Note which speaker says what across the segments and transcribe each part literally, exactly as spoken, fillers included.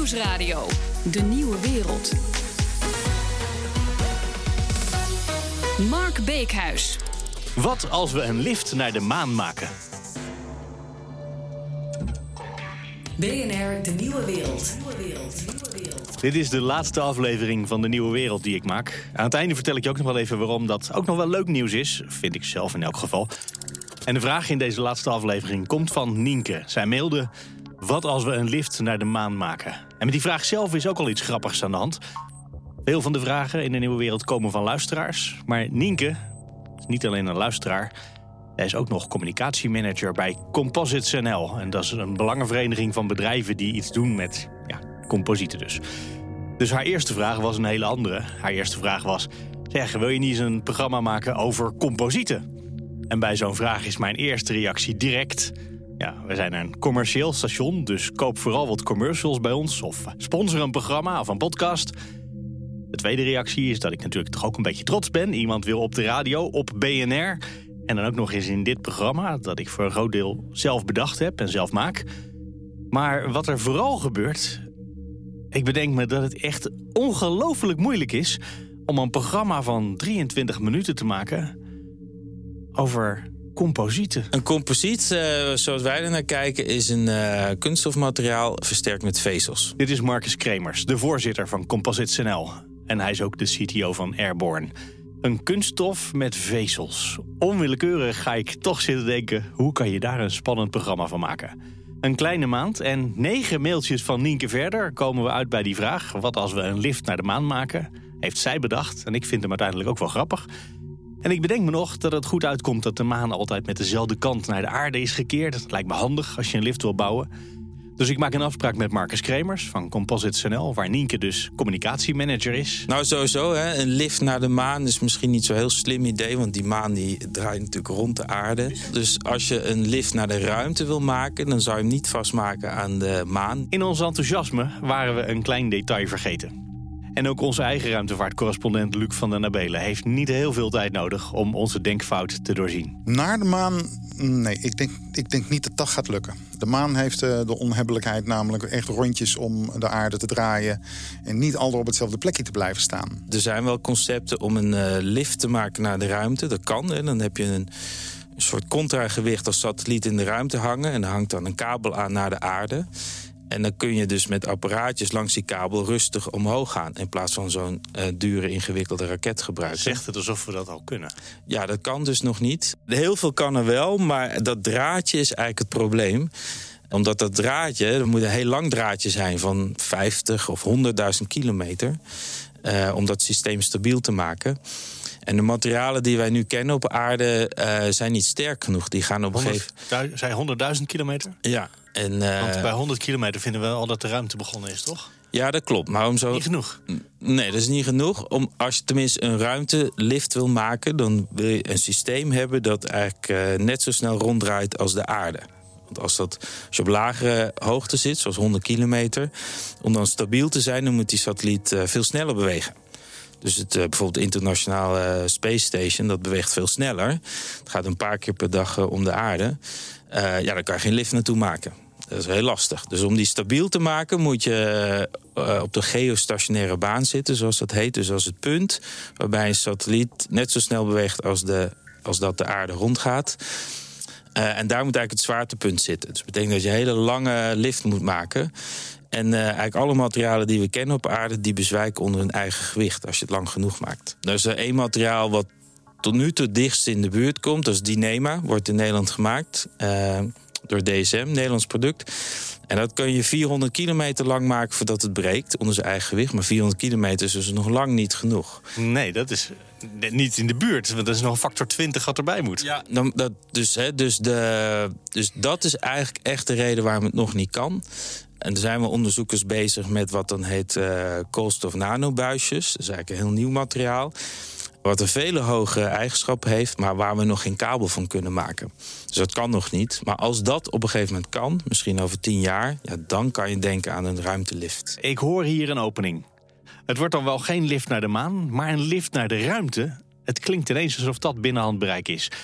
Speaker 1: Nieuwsradio. De Nieuwe Wereld. Mark Beekhuis.
Speaker 2: Wat als we een lift naar de maan maken?
Speaker 1: B N R De Nieuwe Wereld.
Speaker 2: Dit is de laatste aflevering van De Nieuwe Wereld die ik maak. Aan het einde vertel ik je ook nog wel even waarom dat ook nog wel leuk nieuws is. Vind ik zelf in elk geval. En de vraag in deze laatste aflevering komt van Nienke. Zij mailde: wat als we een lift naar de maan maken? En met die vraag zelf is ook al iets grappigs aan de hand. Veel van de vragen in De Nieuwe Wereld komen van luisteraars. Maar Nienke is niet alleen een luisteraar. Hij is ook nog communicatiemanager bij Composites N L. En dat is een belangenvereniging van bedrijven die iets doen met ja, composieten dus. Dus haar eerste vraag was een hele andere. Haar eerste vraag was: zeg, wil je niet eens een programma maken over composieten? En bij zo'n vraag is mijn eerste reactie direct: ja, we zijn een commercieel station, dus koop vooral wat commercials bij ons of sponsor een programma of een podcast. De tweede reactie is dat ik natuurlijk toch ook een beetje trots ben. Iemand wil op de radio, op B N R. En dan ook nog eens in dit programma, dat ik voor een groot deel zelf bedacht heb en zelf maak. Maar wat er vooral gebeurt, ik bedenk me dat het echt ongelooflijk moeilijk is om een programma van drieëntwintig minuten te maken over composieten.
Speaker 3: Een composiet, uh, zoals wij er naar kijken, is een uh, kunststofmateriaal versterkt met vezels.
Speaker 2: Dit is Marcus Kremers, de voorzitter van Composites N L. En hij is ook de C T O van Airborne. Een kunststof met vezels. Onwillekeurig ga ik toch zitten denken: hoe kan je daar een spannend programma van maken? Een kleine maand en negen mailtjes van Nienke verder komen we uit bij die vraag: wat als we een lift naar de maan maken? Heeft zij bedacht en ik vind hem uiteindelijk ook wel grappig. En ik bedenk me nog dat het goed uitkomt dat de maan altijd met dezelfde kant naar de aarde is gekeerd. Dat lijkt me handig als je een lift wil bouwen. Dus ik maak een afspraak met Marcus Kremers van Composites N L, waar Nienke dus communicatiemanager is.
Speaker 3: Nou, sowieso, hè, een lift naar de maan is misschien niet zo'n heel slim idee, want die maan die draait natuurlijk rond de aarde. Dus als je een lift naar de ruimte wil maken, dan zou je hem niet vastmaken aan de maan.
Speaker 2: In ons enthousiasme waren we een klein detail vergeten. En ook onze eigen ruimtevaartcorrespondent Luc van der Nabelen heeft niet heel veel tijd nodig om onze denkfout te doorzien.
Speaker 4: Naar de maan? Nee, ik denk, ik denk niet dat dat gaat lukken. De maan heeft uh, de onhebbelijkheid namelijk echt rondjes om de aarde te draaien en niet altijd op hetzelfde plekje te blijven staan.
Speaker 3: Er zijn wel concepten om een uh, lift te maken naar de ruimte. Dat kan, hè. Dan heb je een, een soort contragewicht als satelliet in de ruimte hangen en er hangt dan een kabel aan naar de aarde. En dan kun je dus met apparaatjes langs die kabel rustig omhoog gaan, in plaats van zo'n uh, dure, ingewikkelde raket gebruiken.
Speaker 2: Zegt het alsof we dat al kunnen.
Speaker 3: Ja, dat kan dus nog niet. Heel veel kan er wel, maar dat draadje is eigenlijk het probleem. Omdat dat draadje, er moet een heel lang draadje zijn van vijftig of honderdduizend kilometer. Uh, om dat systeem stabiel te maken. En de materialen die wij nu kennen op aarde uh, zijn niet sterk genoeg. Die gaan op een gegeven
Speaker 2: moment. Zijn honderdduizend kilometer?
Speaker 3: Ja. En, uh,
Speaker 2: Want bij honderd kilometer vinden we al dat de ruimte begonnen is, toch?
Speaker 3: Ja, dat klopt. Maar om zo...
Speaker 2: Niet genoeg?
Speaker 3: Nee, dat is niet genoeg. Om, als je tenminste een ruimtelift wil maken, dan wil je een systeem hebben dat eigenlijk uh, net zo snel ronddraait als de aarde. Want als, dat, als je op lagere hoogte zit, zoals honderd kilometer, om dan stabiel te zijn, dan moet die satelliet uh, veel sneller bewegen. Dus het, uh, bijvoorbeeld de International uh, Space Station, dat beweegt veel sneller. Het gaat een paar keer per dag uh, om de aarde. Uh, ja, daar kan je geen lift naartoe maken. Dat is heel lastig. Dus om die stabiel te maken moet je uh, op de geostationaire baan zitten, zoals dat heet. Dus als het punt waarbij een satelliet net zo snel beweegt als, de, als dat de aarde rondgaat. Uh, en daar moet eigenlijk het zwaartepunt zitten. Dus dat betekent dat je een hele lange lift moet maken. En uh, eigenlijk alle materialen die we kennen op aarde, die bezwijken onder hun eigen gewicht als je het lang genoeg maakt. Er is er één materiaal wat tot nu toe het dichtst in de buurt komt. Dat is Dyneema, wordt in Nederland gemaakt. Uh, door D S M, Nederlands product. En dat kun je vierhonderd kilometer lang maken voordat het breekt onder zijn eigen gewicht. Maar vierhonderd kilometer is dus nog lang niet genoeg.
Speaker 2: Nee, dat is niet in de buurt. Want dat is nog een factor twintig wat erbij moet.
Speaker 3: Ja, dan, dat, dus, hè, dus, de, dus dat is eigenlijk echt de reden waarom het nog niet kan. En er zijn wel onderzoekers bezig met wat dan heet uh, koolstof nanobuisjes. Dat is eigenlijk een heel nieuw materiaal. Wat een vele hoge eigenschappen heeft, maar waar we nog geen kabel van kunnen maken. Dus dat kan nog niet. Maar als dat op een gegeven moment kan, misschien over tien jaar, ja, dan kan je denken aan een ruimtelift.
Speaker 2: Ik hoor hier een opening. Het wordt dan wel geen lift naar de maan, maar een lift naar de ruimte. Het klinkt ineens alsof dat binnen handbereik is.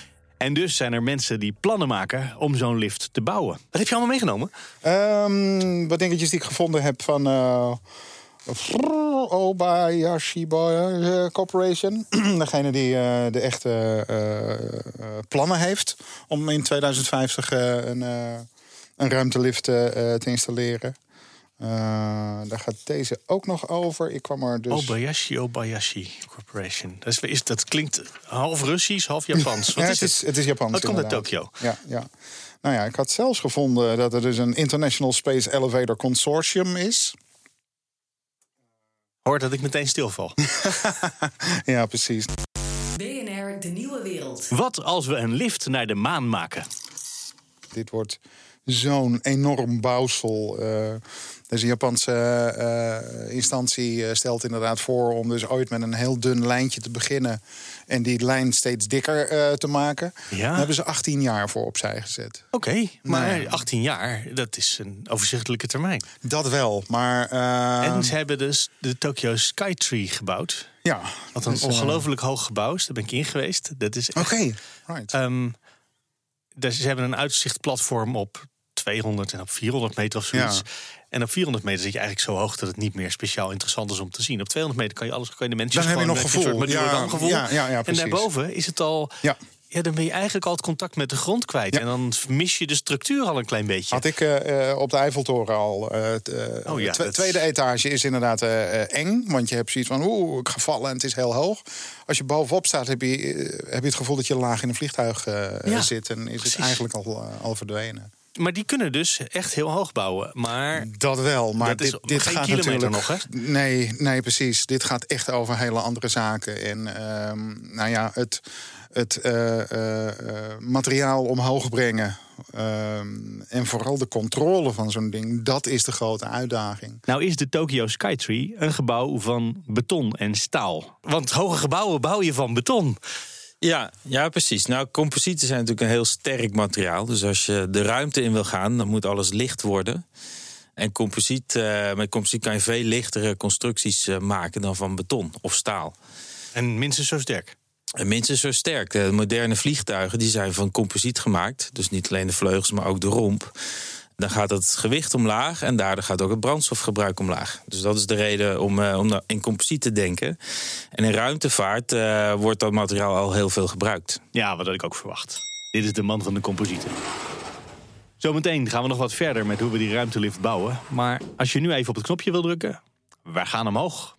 Speaker 2: En dus zijn er mensen die plannen maken om zo'n lift te bouwen. Wat heb je allemaal meegenomen?
Speaker 4: Um, wat dingetjes die ik gevonden heb van uh, Obayashi uh, Corporation. Degene die uh, de echte uh, uh, plannen heeft om in tweeduizend vijftig uh, een, uh, een ruimtelift uh, te installeren. Uh, daar gaat deze ook nog over. Ik kwam er dus...
Speaker 2: Obayashi, Obayashi Corporation. Dat, is, is, dat klinkt half Russisch, half Japans. Wat
Speaker 4: ja,
Speaker 2: is
Speaker 4: het, is, het is Japans.
Speaker 2: Dat komt uit
Speaker 4: inderdaad.
Speaker 2: Tokio.
Speaker 4: Ja, ja. Nou ja, ik had zelfs gevonden dat er dus een International Space Elevator Consortium is.
Speaker 2: Hoort dat ik meteen stilval.
Speaker 4: Ja, precies.
Speaker 1: B N R, de nieuwe wereld.
Speaker 2: Wat als we een lift naar de maan maken?
Speaker 4: Dit wordt zo'n enorm bouwsel. Uh, deze Japanse uh, instantie uh, stelt inderdaad voor om dus ooit met een heel dun lijntje te beginnen en die lijn steeds dikker uh, te maken.
Speaker 2: Ja.
Speaker 4: Daar hebben ze achttien jaar voor opzij gezet.
Speaker 2: Oké, okay, maar
Speaker 4: Nee.
Speaker 2: achttien jaar, dat is een overzichtelijke termijn.
Speaker 4: Dat wel, maar... Uh,
Speaker 2: En ze hebben dus de Tokyo Skytree gebouwd.
Speaker 4: ja,
Speaker 2: Wat een
Speaker 4: dus, uh,
Speaker 2: ongelooflijk hoog gebouw is. Daar ben ik in geweest. Dat is echt...
Speaker 4: Oké, right.
Speaker 2: Um, dus ze hebben een uitzichtplatform op tweehonderd en op vierhonderd meter of zoiets.
Speaker 4: Ja.
Speaker 2: En op vierhonderd meter zit je eigenlijk zo hoog dat het niet meer speciaal interessant is om te zien. Op tweehonderd meter kan je alles, kan je de mensen
Speaker 4: Dan heb je
Speaker 2: gewoon
Speaker 4: nog
Speaker 2: met een
Speaker 4: gevoel.
Speaker 2: soort Madurodam
Speaker 4: Ja,
Speaker 2: gevoel.
Speaker 4: ja, ja, ja,
Speaker 2: en
Speaker 4: precies.
Speaker 2: daarboven is het al.
Speaker 4: Ja.
Speaker 2: Ja, dan ben je eigenlijk al het contact met de grond kwijt.
Speaker 4: Ja.
Speaker 2: En dan mis je de structuur al een klein beetje.
Speaker 4: Had ik uh, uh, op de Eiffeltoren al. Uh, t, uh,
Speaker 2: Oh ja,
Speaker 4: de twe-
Speaker 2: dat-
Speaker 4: tweede etage is inderdaad uh, uh, eng. Want je hebt zoiets van, oeh, ik ga vallen en het is heel hoog. Als je bovenop staat, heb je, uh, heb je het gevoel dat je laag in een vliegtuig uh,
Speaker 2: Ja,
Speaker 4: zit. En is
Speaker 2: precies.
Speaker 4: het eigenlijk al, uh, al verdwenen.
Speaker 2: Maar die kunnen dus echt heel hoog bouwen. Maar
Speaker 4: Dat wel, maar
Speaker 2: Dat is
Speaker 4: dit, dit
Speaker 2: geen
Speaker 4: gaat
Speaker 2: kilometer
Speaker 4: natuurlijk...
Speaker 2: nog, hè?
Speaker 4: Nee, nee, precies. Dit gaat echt over hele andere zaken. En uh, nou ja, het, het uh, uh, uh, materiaal omhoog brengen... Uh, en vooral de controle van zo'n ding, dat is de grote uitdaging.
Speaker 2: nou is de Tokyo Skytree een gebouw van beton en staal. Want hoge gebouwen bouw je van beton.
Speaker 3: Ja, ja, precies. Nou, composieten zijn natuurlijk een heel sterk materiaal. Dus als je de ruimte in wil gaan, dan moet alles licht worden. En composiet, uh, met composiet kan je veel lichtere constructies uh, maken dan van beton of staal.
Speaker 2: En minstens zo sterk.
Speaker 3: En minstens zo sterk. De moderne vliegtuigen die zijn van composiet gemaakt. Dus niet alleen de vleugels, maar ook de romp. Dan gaat het gewicht omlaag en daardoor gaat ook het brandstofgebruik omlaag. Dus dat is de reden om, uh, om in composiet te denken. En in ruimtevaart uh, wordt dat materiaal al heel veel gebruikt.
Speaker 2: Ja, wat had ik ook verwacht. Dit is de man van de composieten. Zometeen gaan we nog wat verder met hoe we die ruimtelift bouwen. Maar als je nu even op het knopje wil drukken, wij gaan omhoog.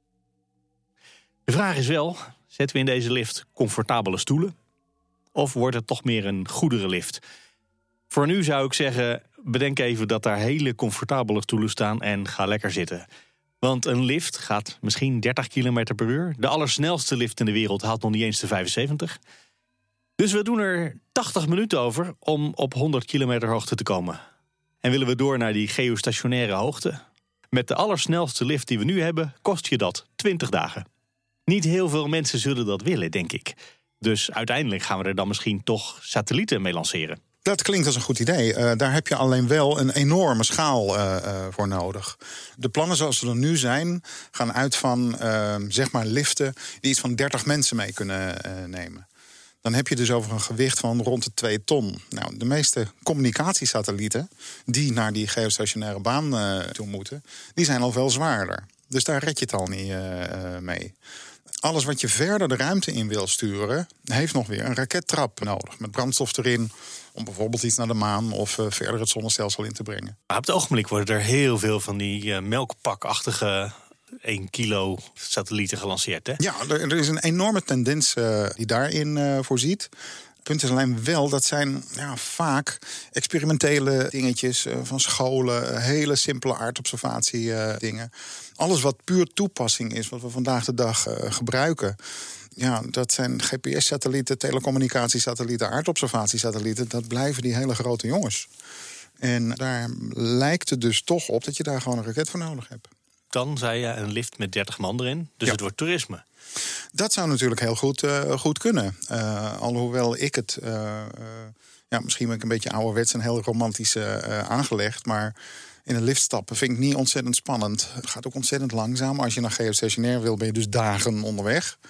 Speaker 2: De vraag is wel, zetten we in deze lift comfortabele stoelen? Of wordt het toch meer een goederenlift? Voor nu zou ik zeggen, bedenk even dat daar hele comfortabele stoelen staan en ga lekker zitten. Want een lift gaat misschien dertig kilometer per uur. De allersnelste lift in de wereld haalt nog niet eens de vijfenzeventig. Dus we doen er tachtig minuten over om op honderd kilometer hoogte te komen. En willen we door naar die geostationaire hoogte? Met de allersnelste lift die we nu hebben, kost je dat twintig dagen. Niet heel veel mensen zullen dat willen, denk ik. Dus uiteindelijk gaan we er dan misschien toch satellieten mee lanceren.
Speaker 4: Dat klinkt als een goed idee. Uh, daar heb je alleen wel een enorme schaal uh, uh, voor nodig. De plannen zoals ze er nu zijn, gaan uit van uh, zeg maar liften die iets van dertig mensen mee kunnen uh, nemen. Dan heb je dus over een gewicht van rond de twee ton. Nou, de meeste communicatiesatellieten die naar die geostationaire baan uh, toe moeten, die zijn al veel zwaarder. Dus daar red je het al niet uh, uh, mee. Alles wat je verder de ruimte in wil sturen, heeft nog weer een rakettrap nodig. Met brandstof erin, om bijvoorbeeld iets naar de maan of uh, verder het zonnestelsel in te brengen.
Speaker 2: Maar op het ogenblik worden er heel veel van die uh, melkpakachtige één kilo satellieten gelanceerd, hè?
Speaker 4: Ja, er, er is een enorme tendens uh, die daarin uh, voorziet. Het punt is alleen wel, dat zijn ja, vaak experimentele dingetjes uh, van scholen, uh, hele simpele aardobservatie uh, dingen. Alles wat puur toepassing is, wat we vandaag de dag uh, gebruiken. Ja, dat zijn G P S-satellieten, telecommunicatiesatellieten, aardobservatiesatellieten. Dat blijven die hele grote jongens. En daar lijkt het dus toch op dat je daar gewoon een raket voor nodig hebt.
Speaker 2: Dan zei je een lift met dertig man erin, dus
Speaker 4: Ja.
Speaker 2: het wordt toerisme.
Speaker 4: Dat zou natuurlijk heel goed, uh, goed kunnen. Uh, alhoewel ik het... Uh, uh, ja, misschien ben ik een beetje ouderwets en heel romantisch uh, aangelegd, maar in een lift stappen vind ik niet ontzettend spannend. Het gaat ook ontzettend langzaam. Als je naar geostationair wil, ben je dus dagen onderweg.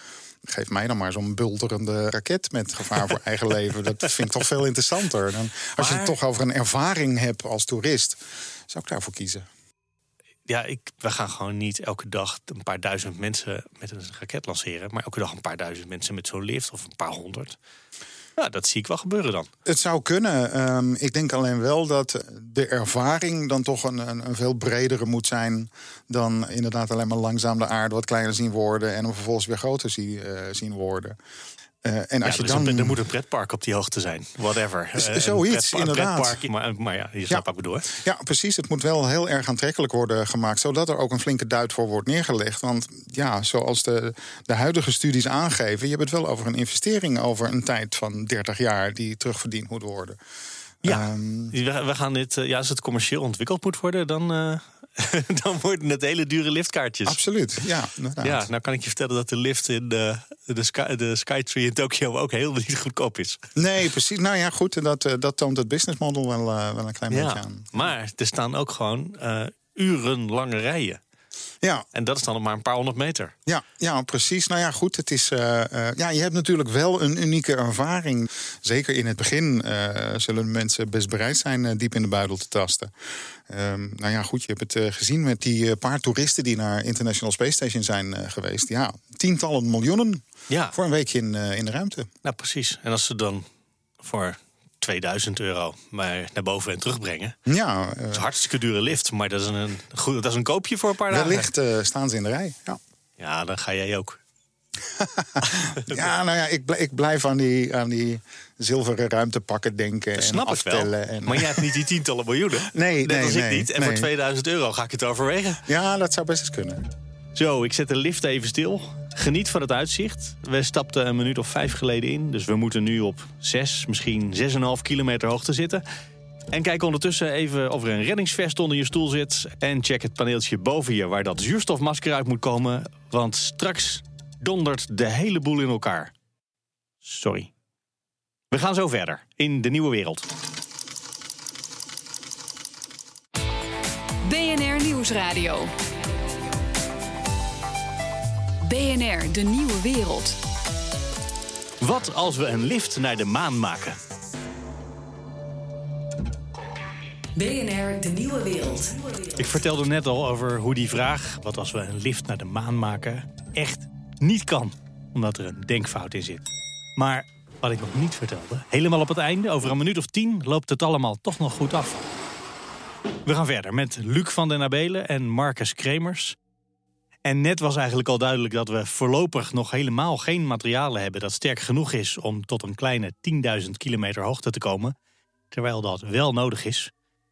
Speaker 4: geef mij dan maar zo'n bulderende raket met gevaar voor eigen leven. Dat vind ik toch veel interessanter. Dan, als maar... je het toch over een ervaring hebt als toerist, zou ik daarvoor kiezen.
Speaker 2: Ja, ik, we gaan gewoon niet elke dag een paar duizend mensen met een raket lanceren, maar elke dag een paar duizend mensen met zo'n lift of een paar honderd. Ja, dat zie ik wel gebeuren dan.
Speaker 4: Het zou kunnen. Um, ik denk alleen wel dat de ervaring dan toch een, een, een veel bredere moet zijn dan inderdaad alleen maar langzaam de aarde wat kleiner zien worden en hem vervolgens weer groter zien, uh, zien worden. Uh, en als
Speaker 2: ja,
Speaker 4: je
Speaker 2: dus
Speaker 4: dan...
Speaker 2: een, er moet een pretpark op die hoogte zijn. Whatever.
Speaker 4: Z-
Speaker 2: uh,
Speaker 4: zoiets,
Speaker 2: een
Speaker 4: inderdaad.
Speaker 2: Pretpark, maar, maar ja, je snapt
Speaker 4: ja.
Speaker 2: wat ik bedoel.
Speaker 4: Ja, precies. Het moet wel heel erg aantrekkelijk worden gemaakt, zodat er ook een flinke duit voor wordt neergelegd. Want ja, zoals de, de huidige studies aangeven, je hebt het wel over een investering over een tijd van dertig jaar die terugverdiend moet worden.
Speaker 2: Ja,
Speaker 4: um,
Speaker 2: we, we gaan dit, ja, als het commercieel ontwikkeld moet worden, dan, uh, dan worden het hele dure liftkaartjes.
Speaker 4: Absoluut, ja. Inderdaad.
Speaker 2: Ja, nou kan ik je vertellen dat de lift in de, de, Sky, de Skytree in Tokio ook heel niet goedkoop is.
Speaker 4: Nee, precies. Nou ja, goed, dat, dat toont het business model wel, uh, wel een klein
Speaker 2: ja,
Speaker 4: beetje aan.
Speaker 2: Maar er staan ook gewoon uh, urenlange rijen.
Speaker 4: Ja.
Speaker 2: En dat is dan nog maar een paar honderd meter.
Speaker 4: Ja, ja, precies. Nou ja, goed. Het is, uh, uh, ja, je hebt natuurlijk wel een unieke ervaring. Zeker in het begin uh, zullen mensen best bereid zijn uh, diep in de buidel te tasten. Um, nou ja, goed. Je hebt het uh, gezien met die uh, paar toeristen die naar International Space Station zijn uh, geweest. Ja, tientallen miljoenen
Speaker 2: ja.
Speaker 4: voor een weekje in, uh, in de ruimte.
Speaker 2: Nou, precies. En als ze dan voor tweeduizend euro maar naar boven en terugbrengen.
Speaker 4: Ja, uh,
Speaker 2: dat is een hartstikke dure lift, maar dat is een, goed, dat is een koopje voor een paar dagen.
Speaker 4: Wellicht uh, staan ze in de rij, ja.
Speaker 2: Ja, dan ga jij ook.
Speaker 4: ja, nou ja, ik, bl- ik blijf aan die, aan die zilveren ruimtepakken denken.
Speaker 2: Dat
Speaker 4: en
Speaker 2: snap
Speaker 4: aftellen.
Speaker 2: Ik wel.
Speaker 4: En,
Speaker 2: maar jij hebt niet die tientallen miljoenen.
Speaker 4: Nee,
Speaker 2: Net
Speaker 4: nee,
Speaker 2: als
Speaker 4: nee,
Speaker 2: ik niet. En
Speaker 4: nee.
Speaker 2: voor tweeduizend euro ga ik het overwegen.
Speaker 4: Ja, dat zou best eens kunnen.
Speaker 2: Zo, ik zet de lift even stil. Geniet van het uitzicht. We stapten een minuut of vijf geleden in. Dus we moeten nu op zes, misschien zes komma vijf kilometer hoogte zitten. En kijk ondertussen even of er een reddingsvest onder je stoel zit. En check het paneeltje boven je waar dat zuurstofmasker uit moet komen. Want straks dondert de hele boel in elkaar. Sorry. We gaan zo verder in de nieuwe wereld.
Speaker 5: B N R Nieuwsradio. B N R, de nieuwe wereld.
Speaker 2: Wat als we een lift naar de maan maken?
Speaker 1: B N R, de nieuwe wereld.
Speaker 2: Ik vertelde net al over hoe die vraag, wat als we een lift naar de maan maken, echt niet kan. Omdat er een denkfout in zit. Maar wat ik nog niet vertelde, helemaal op het einde, over een minuut of tien, loopt het allemaal toch nog goed af. We gaan verder met Luc van den Abelen en Marcus Kremers. En net was eigenlijk al duidelijk dat we voorlopig nog helemaal geen materialen hebben dat sterk genoeg is om tot een kleine tienduizend kilometer hoogte te komen. Terwijl dat wel nodig is.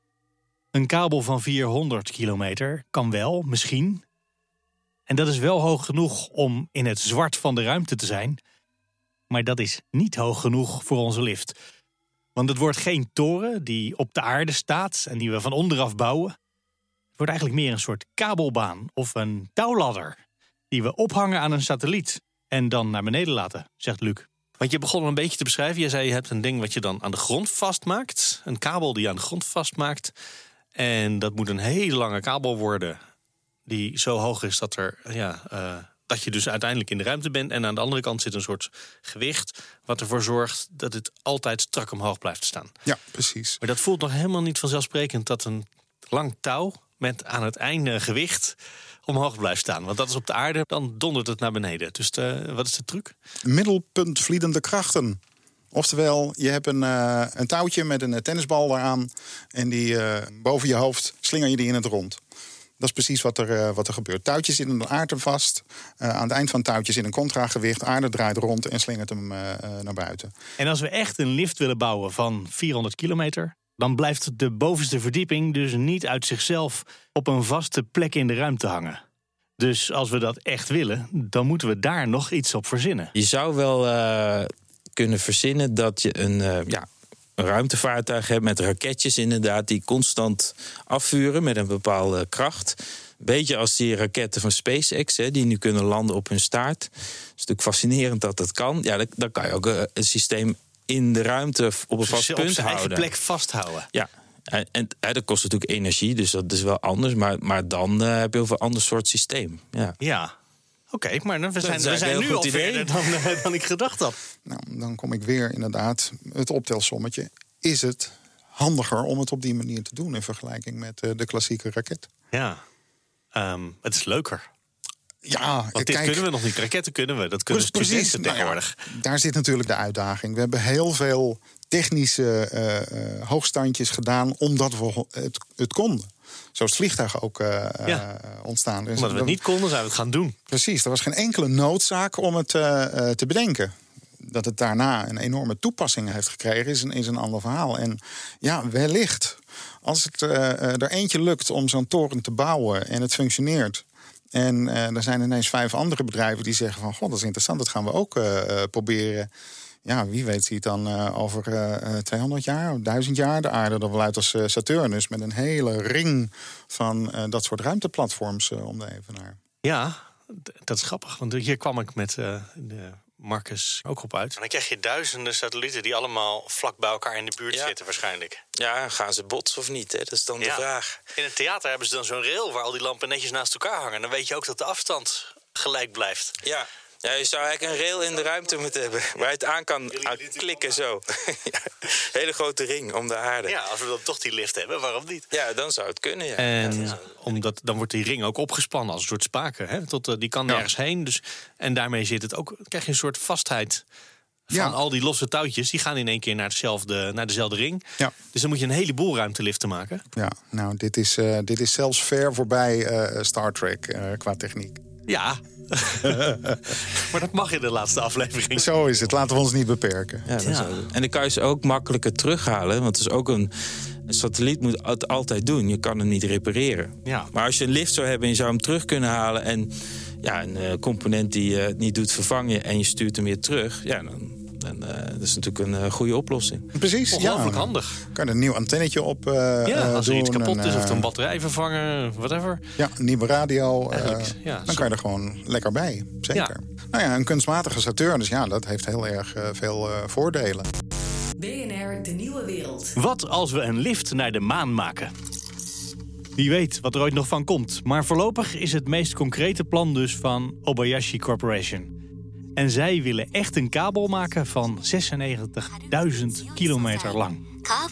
Speaker 2: Een kabel van vierhonderd kilometer kan wel, misschien. En dat is wel hoog genoeg om in het zwart van de ruimte te zijn. Maar dat is niet hoog genoeg voor onze lift. Want het wordt geen toren die op de aarde staat en die we van onderaf bouwen. Het wordt eigenlijk meer een soort kabelbaan of een touwladder die we ophangen aan een satelliet en dan naar beneden laten, zegt Luc. Want je begon een beetje te beschrijven. Je zei je hebt een ding wat je dan aan de grond vastmaakt. Een kabel die je aan de grond vastmaakt. En dat moet een hele lange kabel worden die zo hoog is dat, er, ja, uh, dat je dus uiteindelijk in de ruimte bent. En aan de andere kant zit een soort gewicht wat ervoor zorgt dat het altijd strak omhoog blijft staan.
Speaker 4: Ja, precies.
Speaker 2: Maar dat voelt nog helemaal niet vanzelfsprekend dat een lang touw met aan het einde gewicht omhoog blijft staan. Want dat is op de aarde, dan dondert het naar beneden. Dus de, wat is de truc?
Speaker 4: Middelpuntvliedende krachten. Oftewel, je hebt een, uh, een touwtje met een tennisbal daaraan. En die uh, boven je hoofd slinger je die in het rond. Dat is precies wat er, uh, wat er gebeurt. Touwtjes zitten in de aarde vast. Uh, aan het eind van het touwtje zit een contragewicht. Aarde draait rond en slingert hem uh, uh, naar buiten.
Speaker 2: En als we echt een lift willen bouwen van vierhonderd kilometer... dan blijft de bovenste verdieping dus niet uit zichzelf op een vaste plek in de ruimte hangen. Dus als we dat echt willen, dan moeten we daar nog iets op verzinnen.
Speaker 3: Je zou wel uh, kunnen verzinnen dat je een, uh, ja, een ruimtevaartuig hebt met raketjes inderdaad die constant afvuren met een bepaalde kracht. Beetje als die raketten van SpaceX, hè, die nu kunnen landen op hun staart. Het is natuurlijk fascinerend dat dat kan. Ja, dan, dan kan je ook uh, een systeem in de ruimte op een vast
Speaker 2: op
Speaker 3: punt
Speaker 2: zijn
Speaker 3: houden.
Speaker 2: eigen plek vasthouden.
Speaker 3: Ja, en, en, en dat kost natuurlijk energie, dus dat is wel anders. Maar, maar dan uh, heb je een heel ander soort systeem. Ja.
Speaker 2: Ja. Oké, okay, maar we zijn,
Speaker 3: is
Speaker 2: we zijn
Speaker 3: een
Speaker 2: nu
Speaker 3: heel
Speaker 2: al
Speaker 3: goed idee.
Speaker 2: verder dan, uh, dan ik gedacht had.
Speaker 4: Nou, dan kom ik weer inderdaad het optelsommetje. Is het handiger om het op die manier te doen in vergelijking met uh, de klassieke raket?
Speaker 2: Ja, um, het is leuker.
Speaker 4: Ja,
Speaker 2: Want dit
Speaker 4: kijk,
Speaker 2: kunnen we nog niet. Raketten kunnen we. Dat kunnen
Speaker 4: precies,
Speaker 2: studenten
Speaker 4: nou ja,
Speaker 2: tegenwoordig.
Speaker 4: daar zit natuurlijk de uitdaging. We hebben heel veel technische uh, uh, hoogstandjes gedaan omdat we het, het konden. Zo is het vliegtuig ook uh, ja. uh, ontstaan. Dus
Speaker 2: omdat we het niet konden, zijn we het gaan doen.
Speaker 4: Precies, er was geen enkele noodzaak om het uh, uh, te bedenken. Dat het daarna een enorme toepassing heeft gekregen, is een, is een ander verhaal. En ja, wellicht, als het uh, er eentje lukt om zo'n toren te bouwen en het functioneert. En uh, er zijn ineens vijf andere bedrijven die zeggen van, god, dat is interessant, dat gaan we ook uh, uh, proberen. Ja, wie weet ziet dan uh, over uh, tweehonderd jaar, duizend jaar de aarde er wel uit als uh, Saturnus, met een hele ring van uh, dat soort ruimteplatforms uh, om de evenaar.
Speaker 2: Ja, dat is grappig, want hier kwam ik met uh, de Marcus ook op uit. En dan krijg je duizenden satellieten die allemaal vlak bij elkaar in de buurt
Speaker 3: ja.
Speaker 2: zitten waarschijnlijk.
Speaker 3: Ja, gaan ze botsen of niet? Hè? Dat is dan
Speaker 2: ja.
Speaker 3: de vraag.
Speaker 2: In het theater hebben ze dan zo'n rail waar al die lampen netjes naast elkaar hangen. Dan weet je ook dat de afstand gelijk blijft.
Speaker 3: Ja. Ja, je zou eigenlijk een rail in de ruimte moeten hebben. Waar je het aan kan aan klikken zo. Ja, hele grote ring om de aarde.
Speaker 2: Ja, als we dan toch die lift hebben, waarom niet?
Speaker 3: Ja, dan zou het kunnen, ja.
Speaker 2: En
Speaker 3: ja,
Speaker 2: omdat, dan wordt die ring ook opgespannen als een soort spaken. Hè? Tot, uh, die kan nergens ja. heen. Dus, en daarmee zit het ook, krijg je een soort vastheid van ja. al die losse touwtjes. Die gaan in één keer naar, hetzelfde, naar dezelfde ring. Ja. Dus dan moet je een heleboel ruimteliften maken.
Speaker 4: Ja, nou, dit is, uh, dit is zelfs ver voorbij uh, Star Trek uh, qua techniek.
Speaker 2: Ja, maar dat mag in de laatste aflevering.
Speaker 4: Zo is het, laten we ons niet beperken.
Speaker 3: Ja, ja. En dan kan je ze ook makkelijker terughalen. Want het is ook een, een satelliet moet het altijd doen. Je kan hem niet repareren. Ja. Maar als je een lift zou hebben en je zou hem terug kunnen halen en ja, een uh, component die je uh, niet doet vervangen en je stuurt hem weer terug, ja, dan. En, uh, dat is natuurlijk een uh, goede oplossing.
Speaker 4: Precies,
Speaker 2: ongelooflijk
Speaker 4: ja.
Speaker 2: handig.
Speaker 4: Kan je een nieuw antennetje op uh,
Speaker 2: ja, als er
Speaker 4: doen,
Speaker 2: iets kapot
Speaker 4: en,
Speaker 2: is of een batterij vervangen, whatever.
Speaker 4: Ja, een nieuwe radio. Uh,
Speaker 2: ja,
Speaker 4: dan
Speaker 2: zo.
Speaker 4: kan je er gewoon lekker bij, zeker. Ja. Nou ja, een kunstmatige Saturnus, ja, dat heeft heel erg uh, veel uh, voordelen.
Speaker 1: B N R, de nieuwe wereld.
Speaker 2: Wat als we een lift naar de maan maken? Wie weet wat er ooit nog van komt. Maar voorlopig is het meest concrete plan dus van Obayashi Corporation. En zij willen echt een kabel maken van zesennegentigduizend kilometer lang.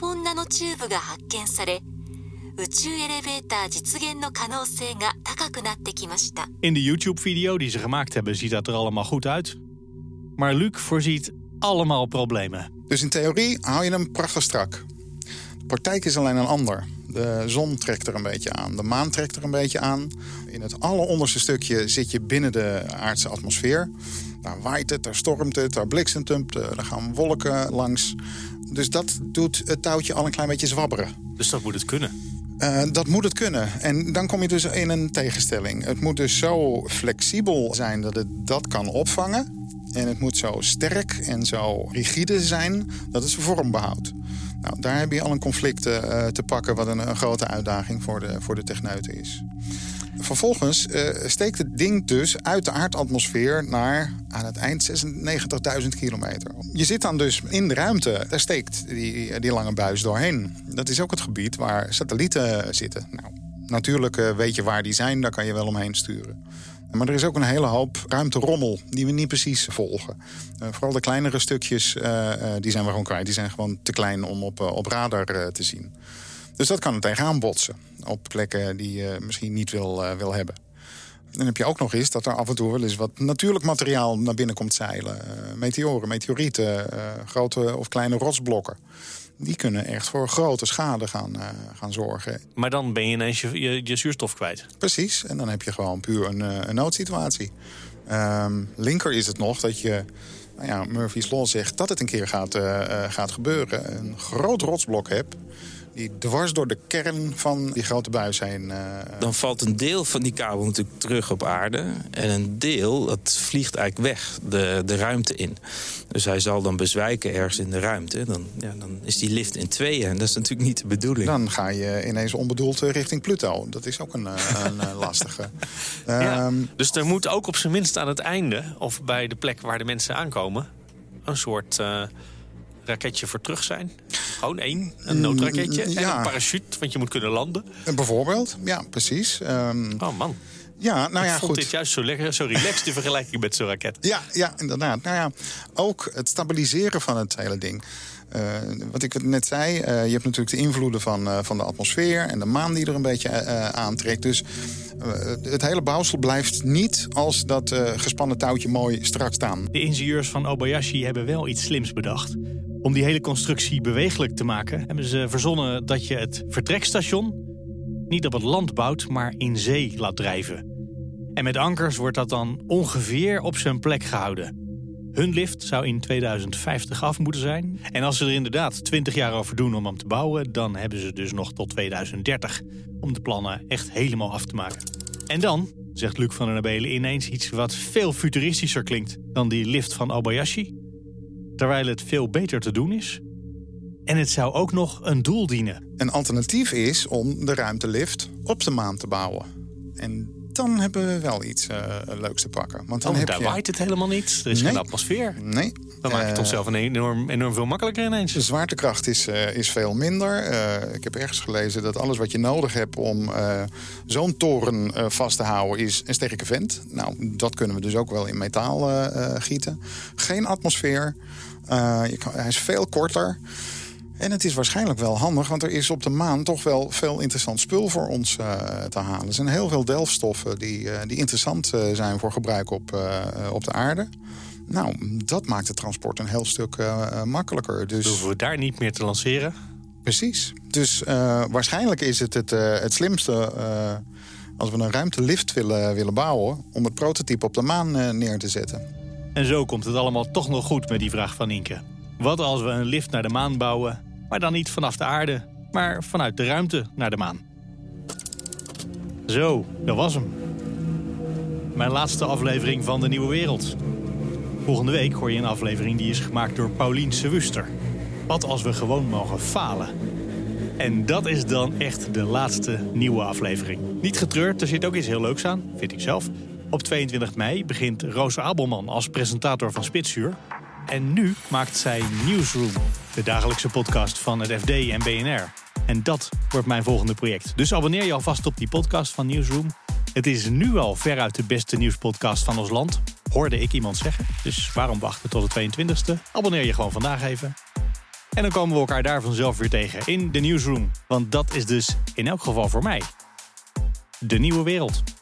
Speaker 2: In de YouTube-video die ze gemaakt hebben ziet dat er allemaal goed uit. Maar Luc voorziet allemaal problemen.
Speaker 4: Dus in theorie hou je hem prachtig strak. De praktijk is alleen een ander. De zon trekt er een beetje aan. De maan trekt er een beetje aan. In het alleronderste stukje zit je binnen de aardse atmosfeer. Daar waait het, daar stormt het, daar bliksemt het, daar gaan wolken langs. Dus dat doet het touwtje al een klein beetje zwabberen.
Speaker 2: Dus dat moet het kunnen?
Speaker 4: Uh, dat moet het kunnen. En dan kom je dus in een tegenstelling. Het moet dus zo flexibel zijn dat het dat kan opvangen. En het moet zo sterk en zo rigide zijn dat het zijn vorm behoudt. Nou, daar heb je al een conflict uh, te pakken wat een, een grote uitdaging voor de, voor de techneuten is. Vervolgens uh, steekt het ding dus uit de aardatmosfeer naar aan het eind zesennegentigduizend kilometer. Je zit dan dus in de ruimte. Daar steekt die, die lange buis doorheen. Dat is ook het gebied waar satellieten zitten. Nou, natuurlijk uh, weet je waar die zijn, daar kan je wel omheen sturen. Maar er is ook een hele hoop ruimterommel die we niet precies volgen. Uh, vooral de kleinere stukjes, uh, uh, die zijn we gewoon kwijt. Die zijn gewoon te klein om op, uh, op radar uh, te zien. Dus dat kan er tegenaan botsen. Op plekken die je misschien niet wil, uh, wil hebben. Dan heb je ook nog eens dat er af en toe wel eens wat natuurlijk materiaal naar binnen komt zeilen. Uh, meteoren, meteorieten, uh, grote of kleine rotsblokken. Die kunnen echt voor grote schade gaan, uh, gaan zorgen.
Speaker 2: Maar dan ben je ineens je, je, je zuurstof kwijt.
Speaker 4: Precies, en dan heb je gewoon puur een, uh, een noodsituatie. Um, linker is het nog dat je, nou ja, Murphy's Law zegt dat het een keer gaat, uh, uh, gaat gebeuren. Een groot rotsblok hebt die dwars door de kern van die grote buis heen. Uh,
Speaker 3: Dan valt een deel van die kabel natuurlijk terug op aarde. En een deel, dat vliegt eigenlijk weg de, de ruimte in. Dus hij zal dan bezwijken ergens in de ruimte. Dan, ja, dan is die lift in tweeën. En dat is natuurlijk niet de bedoeling.
Speaker 4: Dan ga je ineens onbedoeld richting Pluto. Dat is ook een, een, een lastige.
Speaker 2: Ja,
Speaker 4: um,
Speaker 2: dus er moet ook op zijn minst aan het einde, of bij de plek waar de mensen aankomen, een soort Uh... raketje voor terug zijn. Gewoon één, een noodraketje.
Speaker 4: Ja.
Speaker 2: En een parachute, want je moet kunnen landen.
Speaker 4: Bijvoorbeeld, ja, precies. Um,
Speaker 2: oh man.
Speaker 4: Ja, nou ja,
Speaker 2: ik vond
Speaker 4: goed.
Speaker 2: dit juist zo lekker, zo relaxed in vergelijking met zo'n raket.
Speaker 4: Ja, ja, inderdaad. Nou ja, ook het stabiliseren van het hele ding. Uh, wat ik net zei, uh, je hebt natuurlijk de invloeden van, uh, van de atmosfeer en de maan die er een beetje uh, aantrekt. Dus uh, het hele bouwsel blijft niet als dat uh, gespannen touwtje mooi strak staan.
Speaker 2: De ingenieurs van Obayashi hebben wel iets slims bedacht. Om die hele constructie bewegelijk te maken, hebben ze verzonnen dat je het vertrekstation niet op het land bouwt, maar in zee laat drijven. En met ankers wordt dat dan ongeveer op zijn plek gehouden. Hun lift zou in tweeduizend vijftig af moeten zijn. En als ze er inderdaad twintig jaar over doen om hem te bouwen, dan hebben ze dus nog tot tweeduizend dertig om de plannen echt helemaal af te maken. En dan, zegt Luc van der Nabelen ineens iets wat veel futuristischer klinkt dan die lift van Obayashi. Terwijl het veel beter te doen is. En het zou ook nog een doel dienen.
Speaker 4: Een alternatief is om de ruimtelift op de maan te bouwen. En dan hebben we wel iets uh, leuks te pakken. Want dan
Speaker 2: oh,
Speaker 4: heb
Speaker 2: daar
Speaker 4: je...
Speaker 2: waait het helemaal niet. Er is
Speaker 4: nee.
Speaker 2: geen atmosfeer.
Speaker 4: Nee.
Speaker 2: Dan maakt het
Speaker 4: uh,
Speaker 2: onszelf een enorm, enorm veel makkelijker ineens.
Speaker 4: De zwaartekracht is, uh, is veel minder. Uh, ik heb ergens gelezen dat alles wat je nodig hebt om uh, zo'n toren uh, vast te houden is een sterke vent. Nou, dat kunnen we dus ook wel in metaal uh, uh, gieten. Geen atmosfeer. Uh, je kan, hij is veel korter. En het is waarschijnlijk wel handig, want er is op de maan toch wel veel interessant spul voor ons uh, te halen. Er zijn heel veel delfstoffen die, uh, die interessant uh, zijn voor gebruik op, uh, op de aarde. Nou, dat maakt het transport een heel stuk uh, makkelijker. Dus
Speaker 2: hoeven we daar niet meer te lanceren?
Speaker 4: Precies. Dus uh, waarschijnlijk is het het, uh, het slimste uh, als we een ruimtelift willen, willen bouwen om het prototype op de maan uh, neer te zetten.
Speaker 2: En zo komt het allemaal toch nog goed met die vraag van Inke. Wat als we een lift naar de maan bouwen, maar dan niet vanaf de aarde, maar vanuit de ruimte naar de maan? Zo, dat was hem. Mijn laatste aflevering van De Nieuwe Wereld. Volgende week hoor je een aflevering die is gemaakt door Paulien Sewuster. Wat als we gewoon mogen falen? En dat is dan echt de laatste nieuwe aflevering. Niet getreurd, er zit ook iets heel leuks aan, vind ik zelf. Op tweeëntwintig mei begint Roos Abelman als presentator van Spitsuur. En nu maakt zij Newsroom, de dagelijkse podcast van het F D en B N R. En dat wordt mijn volgende project. Dus abonneer je alvast op die podcast van Newsroom. Het is nu al veruit de beste nieuwspodcast van ons land, hoorde ik iemand zeggen. Dus waarom wachten tot de tweeëntwintigste? Abonneer je gewoon vandaag even. En dan komen we elkaar daar vanzelf weer tegen in de Newsroom. Want dat is dus in elk geval voor mij de nieuwe wereld.